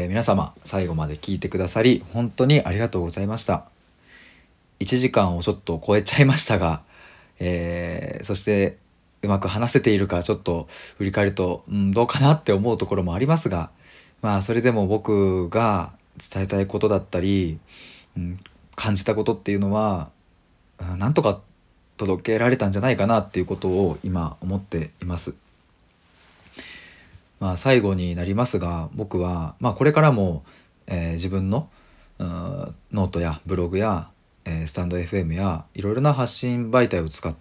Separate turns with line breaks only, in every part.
皆様最後まで聞いてくださり本当にありがとうございました。1時間をちょっと超えちゃいましたが、そしてうまく話せているかちょっと振り返ると、どうかなって思うところもありますが、それでも僕が伝えたいことだったり、感じたことっていうのは、なんとか届けられたんじゃないかなっていうことを今思っています。最後になりますが、僕は、これからも、自分のノートやブログや、スタンド FM やいろいろな発信媒体を使って、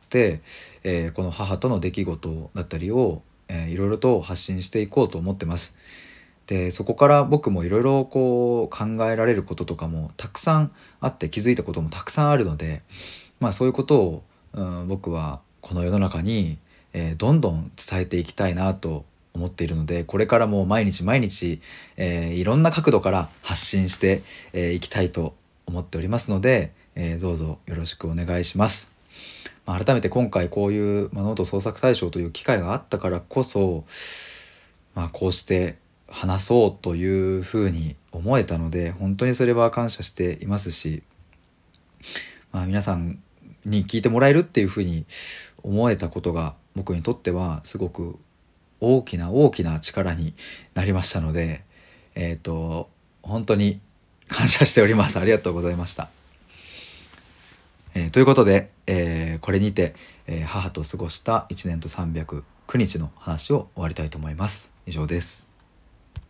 この母との出来事だったりを、いろいろと発信していこうと思ってます。で、そこから僕もいろいろこう考えられることとかもたくさんあって、気づいたこともたくさんあるので、そういうことを、僕はこの世の中に、どんどん伝えていきたいなと思っているので、これからも毎日毎日、いろんな角度から発信していきたいと思っておりますので、どうぞよろしくお願いします。改めて今回こういう、ノート創作大賞という機会があったからこそ、こうして話そうというふうに思えたので、本当にそれは感謝していますし、皆さんに聞いてもらえるっていうふうに思えたことが僕にとってはすごく大きな大きな力になりましたので、本当に感謝しております。ありがとうございました。ということで、これにて、母と過ごした1年と309日の話を終わりたいと思います。以上です。